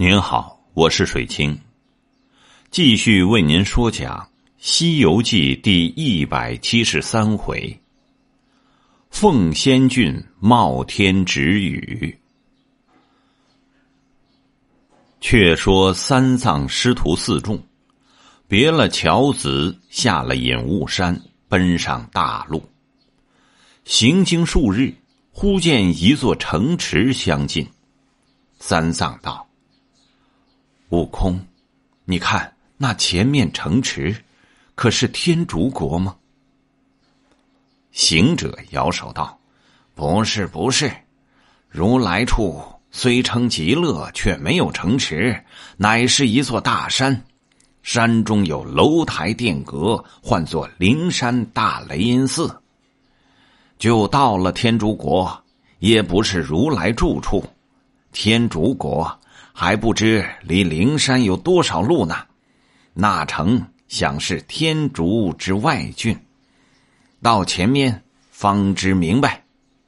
您好，我是水清，继续为您说讲《西游记》第173回：凤仙郡冒天止雨。却说三藏师徒四众别了樵子，下了隐雾山，奔上大路。行经数日，忽见一座城池相近。三藏道：悟空，你看那前面城池，可是天竺国吗？行者摇手道：不是，不是，如来处虽称极乐，却没有城池，乃是一座大山，山中有楼台殿阁，唤作灵山大雷音寺。就到了天竺国，也不是如来住处，天竺国还不知离灵山有多少路呢，那城想是天竺之外郡，到前面方知明白。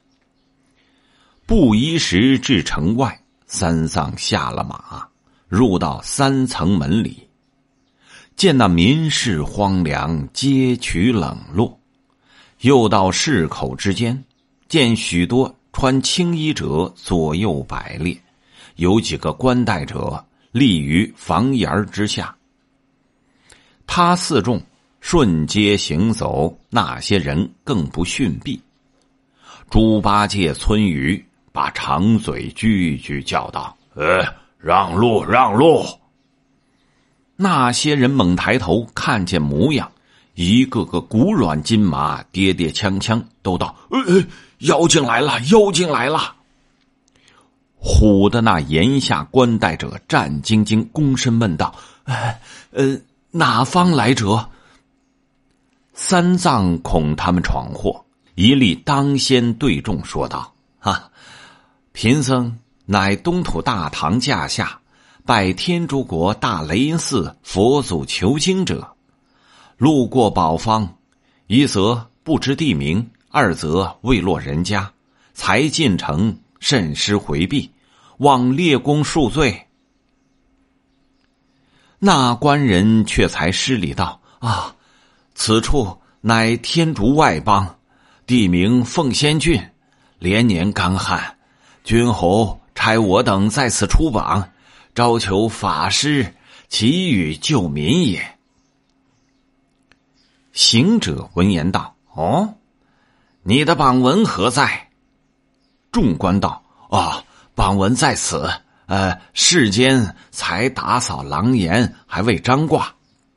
不一时至城外，三藏下了马，入到3层门里，见那民市荒凉，街衢冷落。又到市口之间，见许多穿青衣者左右摆列，有几个冠带者立于房檐之下。他四众顺街行走，那些人更不逊避。猪八戒、村鱼把长嘴句句叫道：让路，让路！那些人猛抬头看见模样，一个个骨软筋麻，跌跌锵锵，都道：妖精来了，妖精来了！唬的那檐下冠带者战兢兢，躬身问道：哪方来者？三藏恐他们闯祸，一力当先对众说道：贫僧乃东土大唐驾下，拜天竺国大雷音寺佛祖求经者，路过宝方，一则不知地名，二则未落人家，才进城，甚施回避，望列公恕罪。那官人却才施礼道：此处乃天竺外邦，地名凤仙郡，连年干旱，君侯差我等在此出榜，招求法师，祈雨救民也。行者闻言道：你的榜文何在？众官道：榜文在此，世间才打扫廊檐，还未张挂。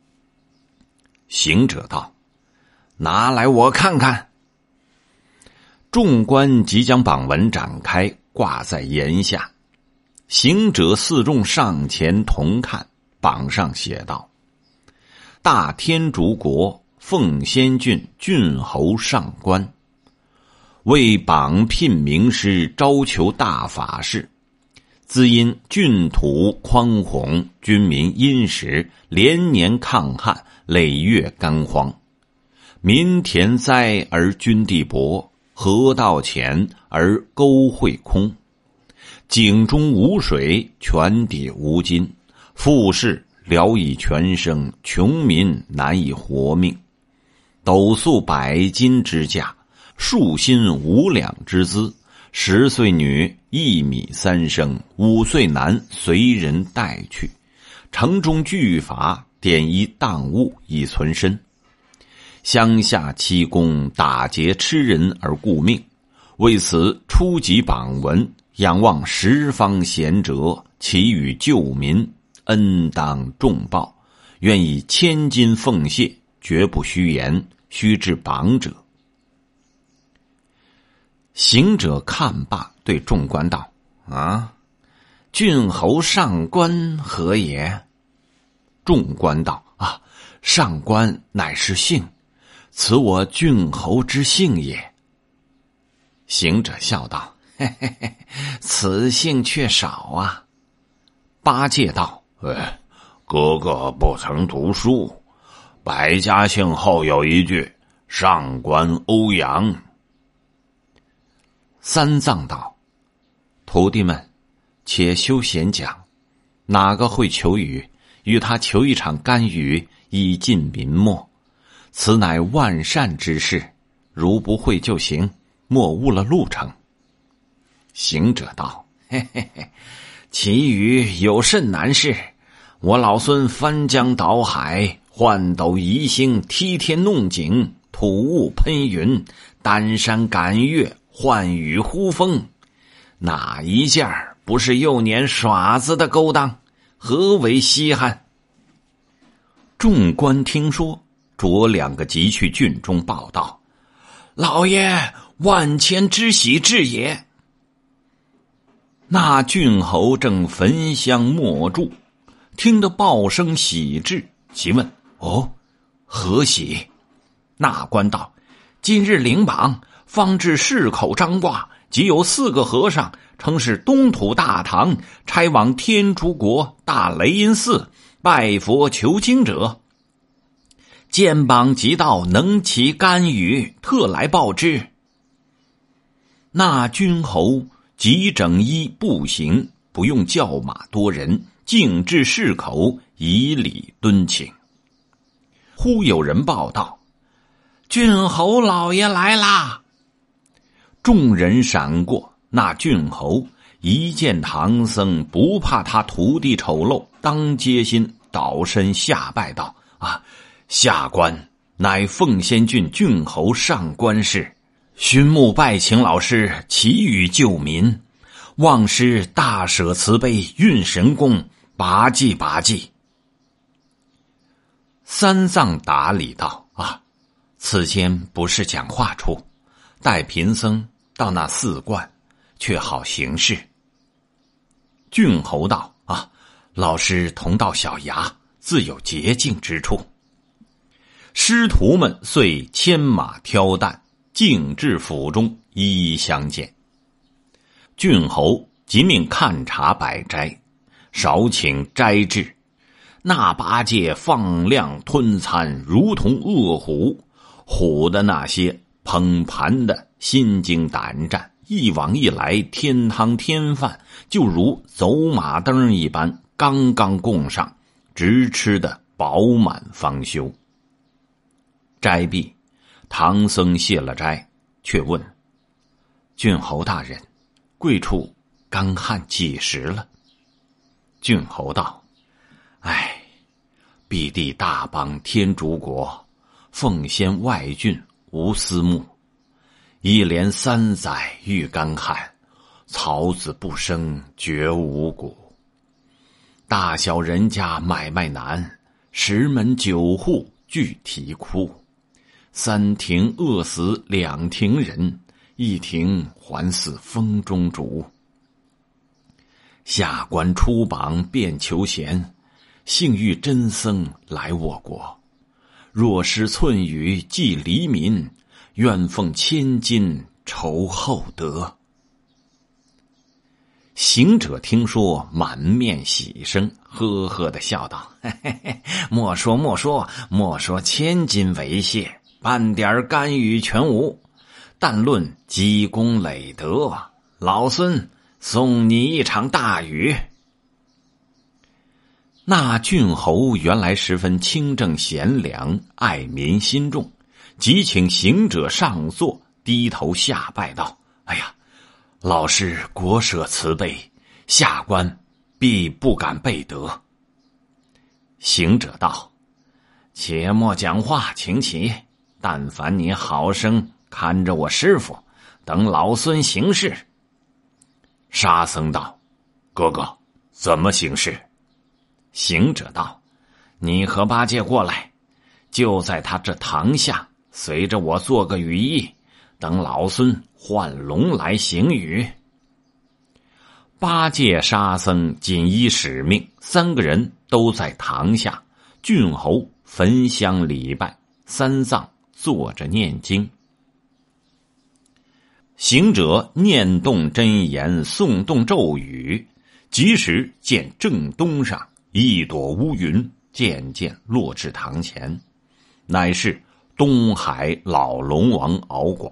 行者道：拿来我看看。众官即将榜文展开，挂在檐下。行者四众上前同看，榜上写道：大天竺国凤仙郡郡侯上官，为榜聘名师，招求大法事。自因郡土宽宏，军民殷实，连年抗旱，累月干荒，民田灾而军地薄，河道浅而沟汇空，井中无水，泉底无金，富士聊以全生，穷民难以活命。斗粟100斤之价，数薪5两之资，10岁女1米3升，5岁男随人带去。城中巨罚，典衣当物以存身。乡下七公打劫吃人而顾命，为此初级榜文，仰望十方贤哲，祈雨救民，恩当重报，愿以千金奉谢，绝不虚言，须至榜者。行者看罢，对众官道：郡侯上官何也？众官道：上官乃是姓，此我郡侯之姓也。行者笑道：此姓却少啊。八戒道：哥哥不曾读书，百家姓后有一句上官欧阳。三藏道：徒弟们且休闲讲， 哪个会求雨？与他求一场甘雨，以尽民莫。此乃万善之事，如不会就行，莫误了路程。行者道：嘿嘿嘿，其余有甚难事？我老孙翻江倒海，换斗移星，踢天弄井，吐雾喷云，丹山赶月，唤雨呼风，哪一件不是幼年耍子的勾当？何为稀罕？众官听说，着两个急去郡中报道：老爷万千之喜至也。那郡侯正焚香默祝，听得报声喜至，即问：哦，何喜？那官道：今日领榜，方至市口张挂，即有4个和尚称是东土大唐差往天竺国大雷音寺拜佛求经者，见榜即到，能其甘雨，特来报之。那君侯即整衣步行，不用叫马多人，径至市口，以礼敦请。忽有人报道：郡侯老爷来啦！众人闪过，那郡侯一见唐僧，不怕他徒弟丑陋，当街心倒身下拜道：下官乃凤仙郡郡侯上官氏，寻目拜请老师祈雨救民，望师大舍慈悲，运神功，拔济拔济。三藏答礼道：此间不是讲话处，待贫僧到那寺观，却好行事。郡侯道：老师同到小衙，自有洁净之处。师徒们遂牵马挑担，径至府中，一一相见。郡侯即命看察百斋，少请斋至。那八戒放量吞餐，如同饿虎，唬的那些捧盘的心惊胆战，一往一来，天汤天饭，就如走马灯一般，刚刚供上，直吃得饱满方休。斋毕，唐僧谢了斋，却问：郡侯大人，贵处干旱几时了？郡侯道：敝地大邦天竺国，奉先外郡无私牧，一连3载遇干旱，草籽不生，绝五谷。大小人家买卖难，10门9户俱啼哭。3庭饿死2庭人，1庭还似风中烛。下官出榜便求贤，幸遇真僧来我国。若失寸雨济黎民，愿奉千金酬厚德。行者听说，满面喜声，呵呵地笑道：莫说莫说，莫说千金为谢，半点甘雨全无。但论积功累德，老孙送你一场大雨。那郡侯原来十分清正贤良，爱民心重，即请行者上座，低头下拜道：老师国舍慈悲，下官必不敢背德。行者道：且莫讲话，请起。但凡你好生看着我师父，等老孙行事。沙僧道：哥哥，怎么行事？行者道：你和八戒过来，就在他这堂下，随着我做个雨衣，等老孙换龙来行雨。八戒、沙僧仅依使命，3个人都在堂下，郡侯焚香礼拜，三藏坐着念经。行者念动真言，诵动咒语，即时见正东上一朵乌云渐渐落至堂前，乃是东海老龙王敖广。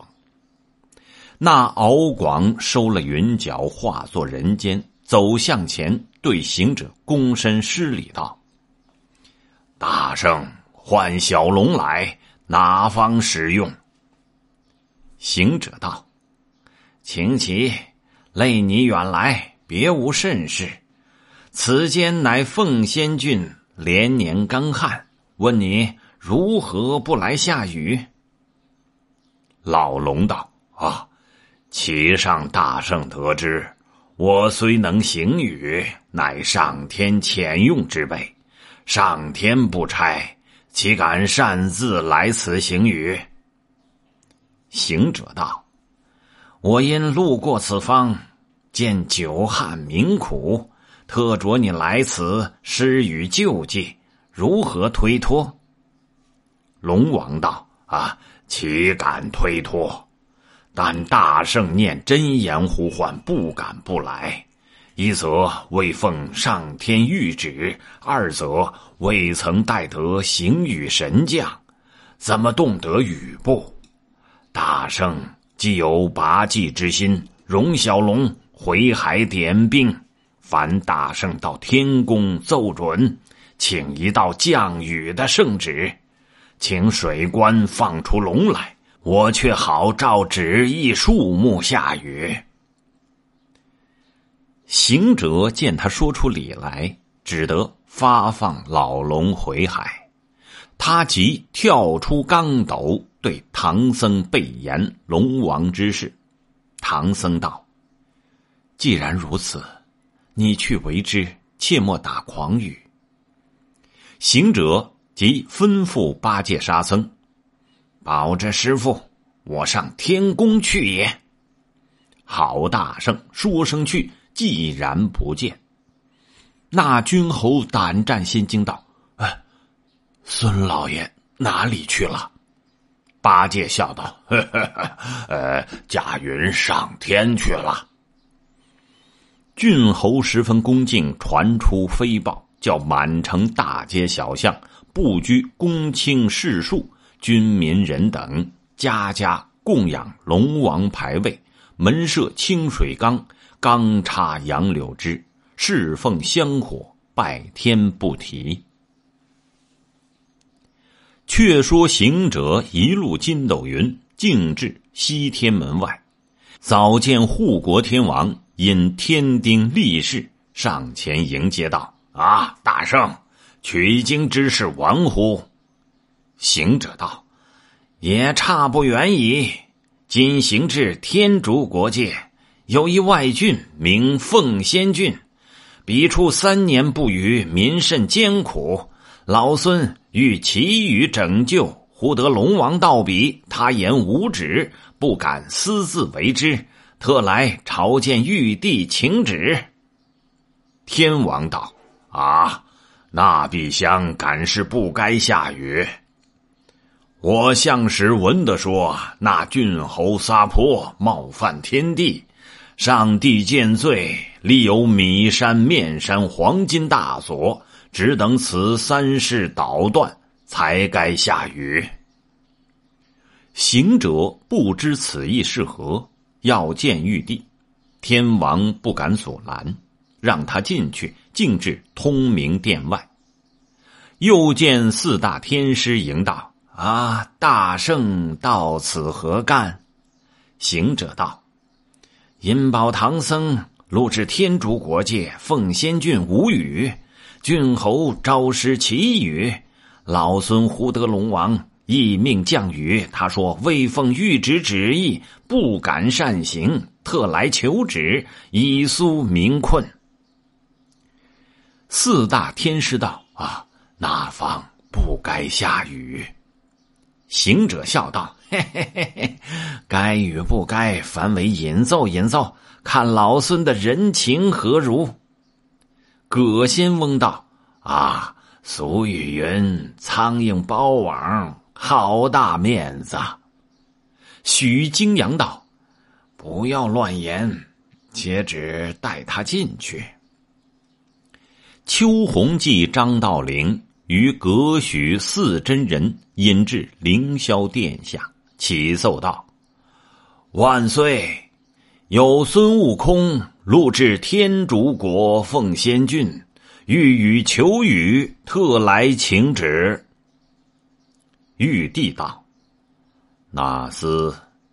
那敖广收了云脚，化作人间，走向前， 对行者躬身施礼道：“大圣唤小龙来，哪方使用？”行者道：“请起，累你远来，别无甚事。此间乃凤仙郡连年干旱，问你如何不来下雨？”老龙道：“启上大圣得知，我虽能行雨，乃上天遣用之辈，上天不差，岂敢擅自来此行雨？”行者道：“我因路过此方，见久旱民苦，特着你来此施雨救济，如何推脱？”龙王道：“岂敢推脱？但大圣念真言呼唤，不敢不来。一则未奉上天谕旨，二则未曾带得行雨神将，怎么动得雨不？大圣既有拔济之心，容小龙回海点兵，凡大圣到天宫奏准，请一道降雨的圣旨，请水官放出龙来，我却好照旨意树木下雨。”行者见他说出理来，只得发放老龙回海。他即跳出罡斗，对唐僧备言龙王之事。唐僧道：“既然如此，你去为之，切莫打诳语。”行者即吩咐八戒沙僧：“保着师父，我上天宫去也。”好大圣说声去，既然不见。那君侯胆战心惊道：“孙老爷哪里去了？”八戒笑道：“驾云上天去了。”郡侯十分恭敬，传出飞报，叫满城大街小巷布居公卿士庶、军民人等，家家供养龙王牌位，门设清水缸，缸插杨柳枝，侍奉香火，拜天不提。却说行者一路筋斗云，径至西天门外，早见护国天王引天丁力士上前迎接道：“大圣，取经之事完乎？”行者道：“也差不远矣。今行至天竺国界，有一外郡名凤仙郡，彼处3年不雨，民甚艰苦。老孙欲祈雨拯救，忽得龙王到彼，他言无旨，不敢私自为之，特来朝见玉帝请旨。”天王道：“那必乡敢是不该下雨。我向使闻得说，那郡侯撒泼，冒犯天地，上帝见罪，立有米山、面山黄金大锁，只等此3事倒断，才该下雨。”行者不知此意是何，要见玉帝。天王不敢阻拦，让他进去，径至通明殿外。又见4大天师迎道：“大圣到此何干？”行者道：“因保唐僧路至天竺国界凤仙郡无雨，郡侯招师祈雨，老孙忽得龙王亦命降雨，他说未奉谕旨旨意，不敢擅行，特来求旨，以纾民困。”4大天师道：“那方不该下雨。”行者笑道：“该与不该，凡为引奏引奏，看老孙的人情何如。”葛仙翁道：“俗语云，苍蝇包网，好大面子。”许金阳道：“不要乱言，且只带他进去。”邱弘济、张道陵与葛许4真人引至凌霄殿下，启奏道：“万岁！有孙悟空、 禄至天竺国奉先郡，欲与求雨，特来请旨。玉帝道：那厮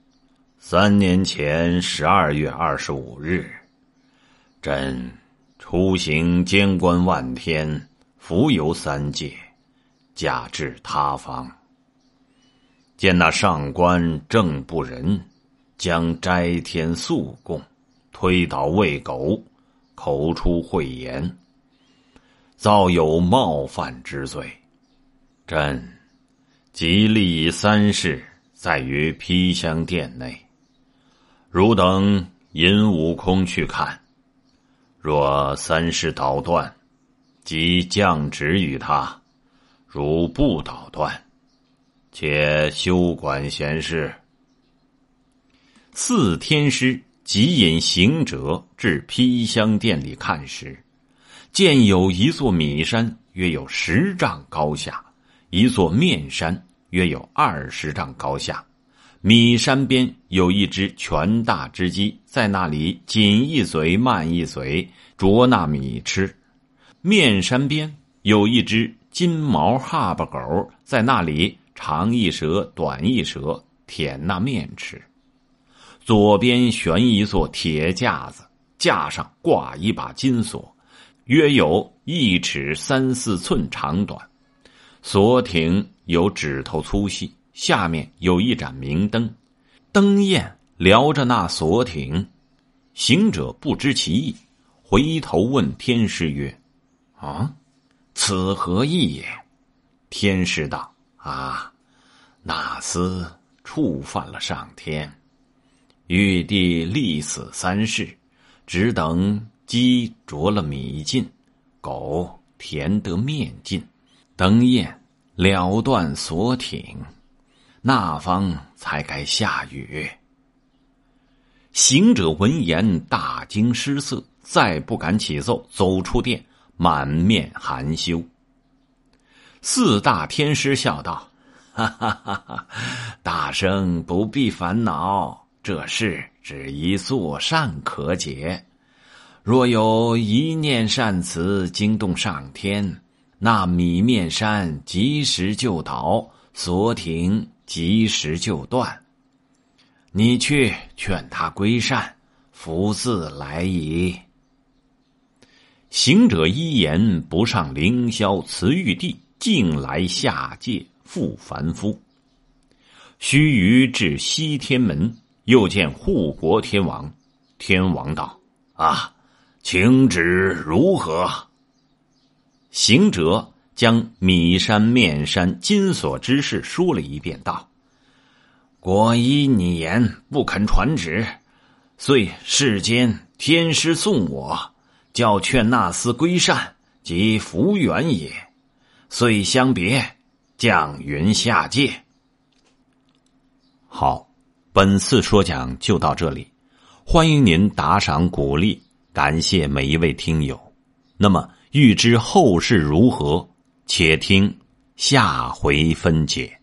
3年前12月25日，朕出行监观万天，浮游3界，驾至他方，见那上官正不仁，将斋天素供推倒喂狗，口出秽言，造有冒犯之罪。朕即立以3事，在于披香殿内，汝等引悟空去看，若3事捣断，即降旨与他；如不捣断，且休管闲事。4天师即引行者至披香殿里看时，见有一座米山，约有10丈高下，一座面山约有20丈高下。米山边有一只拳大之鸡，在那里紧一嘴慢一嘴啄那米吃。面山边有一只金毛哈巴狗，在那里长一舌短一舌舔那面吃。左边悬一座铁架子，架上挂一把金锁，约有1尺3、4寸长短，锁挺有指头粗细，下面有一盏明灯，灯焰撩着那锁挺。行者不知其意，回头问天师曰：此何意也？天师道：那厮触犯了上天，玉帝立死3事，只等鸡啄了米尽，狗填得面尽，灯焰了断锁挺，那方才该下雨。行者闻言大惊失色，再不敢起奏，走出殿，满面含羞。4大天师笑道：大圣不必烦恼，这事只一做善可解。若有一念善词惊动上天，那米面山及时就倒，锁挺及时就断。你去劝他归善，福自来矣。行者一言不上凌霄辞玉帝，径来下界复凡夫。须臾至西天门，又见护国天王。天王道：请旨如何？行者将米山面山金锁之事说了一遍，道：果依你言不肯传旨，遂世间天师送我，叫劝那厮归善，即福缘也。遂相别，降云下界。好，本次说讲就到这里，欢迎您打赏鼓励，感谢每一位听友。那么欲知后事如何，且听下回分解。